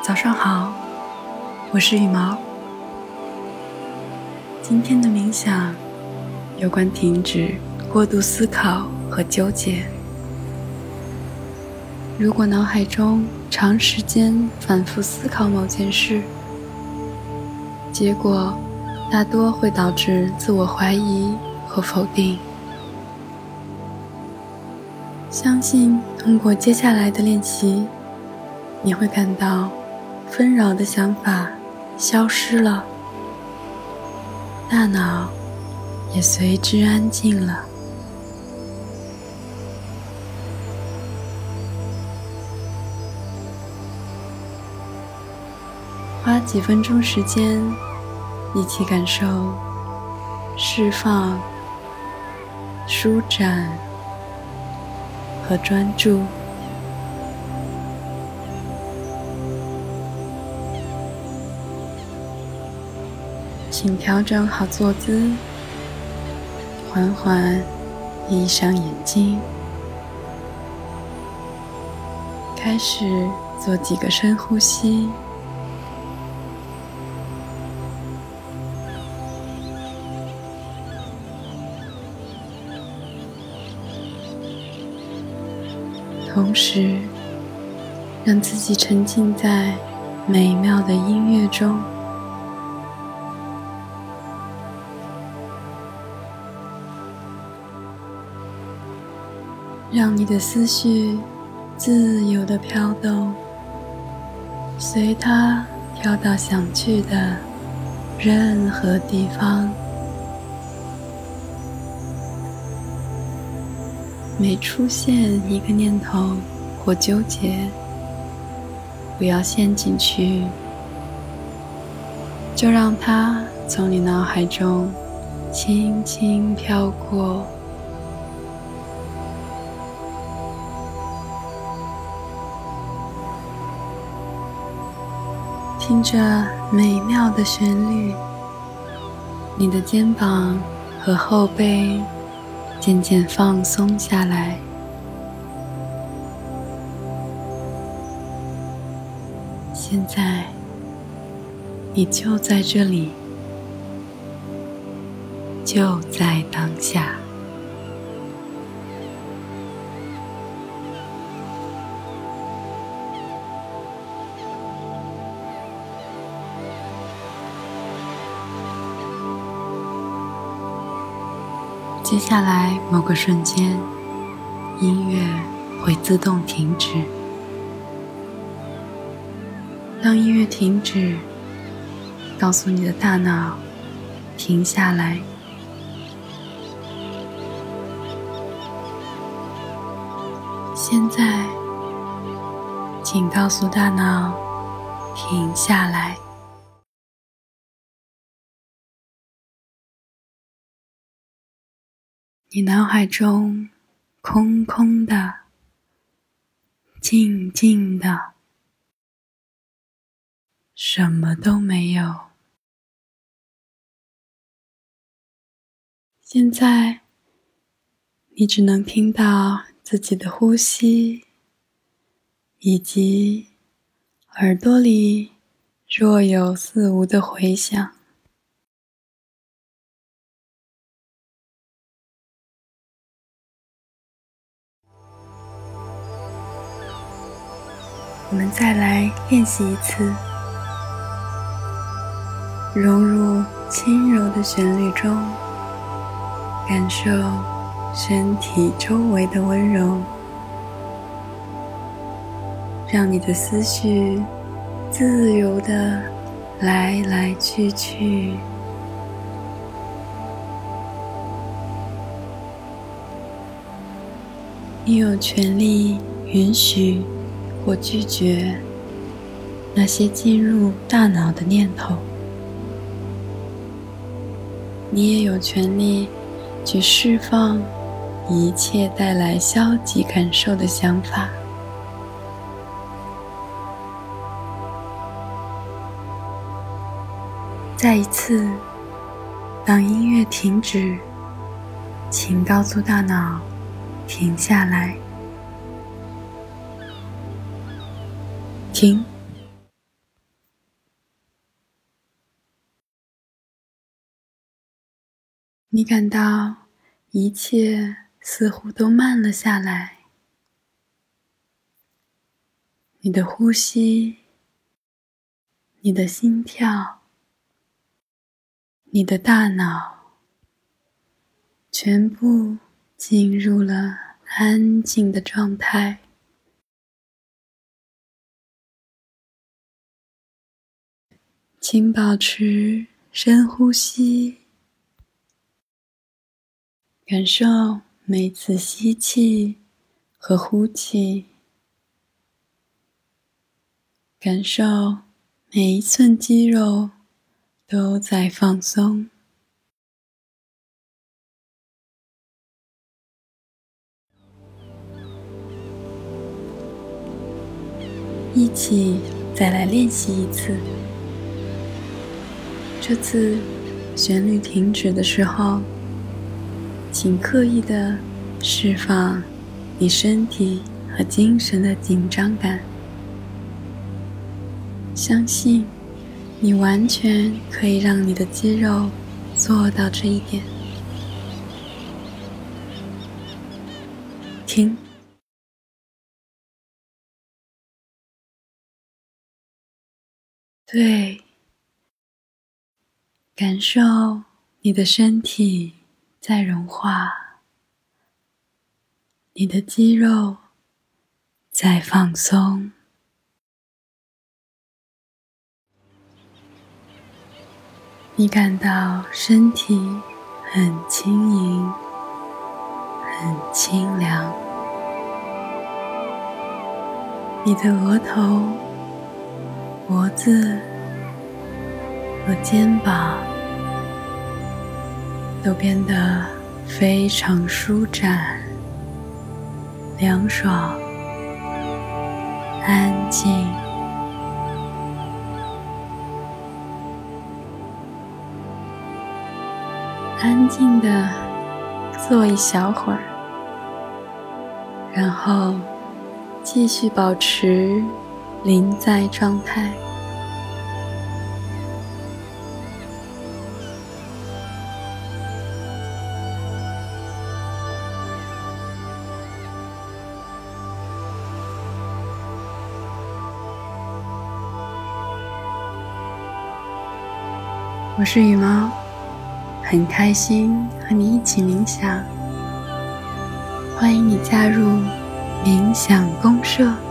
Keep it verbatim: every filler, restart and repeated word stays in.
早上好，我是羽毛。今天的冥想有关停止过度思考和纠结。如果脑海中长时间反复思考某件事，结果大多会导致自我怀疑和否定。相信通过接下来的练习，你会感到纷扰的想法消失了，大脑也随之安静了。花几分钟时间，一起感受释放、舒展和专注。请调整好坐姿，缓缓闭上眼睛，开始做几个深呼吸。同时，让自己沉浸在美妙的音乐中。让你的思绪自由地飘动，随它飘到想去的任何地方。每出现一个念头或纠结，不要陷进去，就让它从你脑海中轻轻飘过。听着美妙的旋律，你的肩膀和后背渐渐放松下来。现在，你就在这里，就在当下。接下来某个瞬间，音乐会自动停止。当音乐停止，告诉你的大脑停下来。现在，请告诉大脑停下来。你脑海中空空的，静静的，什么都没有。现在，你只能听到自己的呼吸，以及耳朵里若有似无的回响。我们再来练习一次，融入轻柔的旋律中，感受身体周围的温柔，让你的思绪自由地来来去去。你有权利允许或拒绝那些进入大脑的念头，你也有权利去释放一切带来消极感受的想法。再一次，当音乐停止，请告诉大脑停下来。停。 你感到一切似乎都慢了下来，你的呼吸，你的心跳，你的大脑，全部进入了安静的状态。请保持深呼吸，感受每次吸气和呼气，感受每一寸肌肉都在放松。一起再来练习一次。这次旋律停止的时候，请刻意地释放你身体和精神的紧张感。相信你完全可以让你的肌肉做到这一点。停。对，感受你的身体在融化，你的肌肉在放松。你感到身体很轻盈，很清凉。你的额头、脖子和肩膀都变得非常舒展、凉爽、安静。安静地坐一小会儿，然后继续保持临在状态。我是羽毛，很开心和你一起冥想，欢迎你加入冥想公社。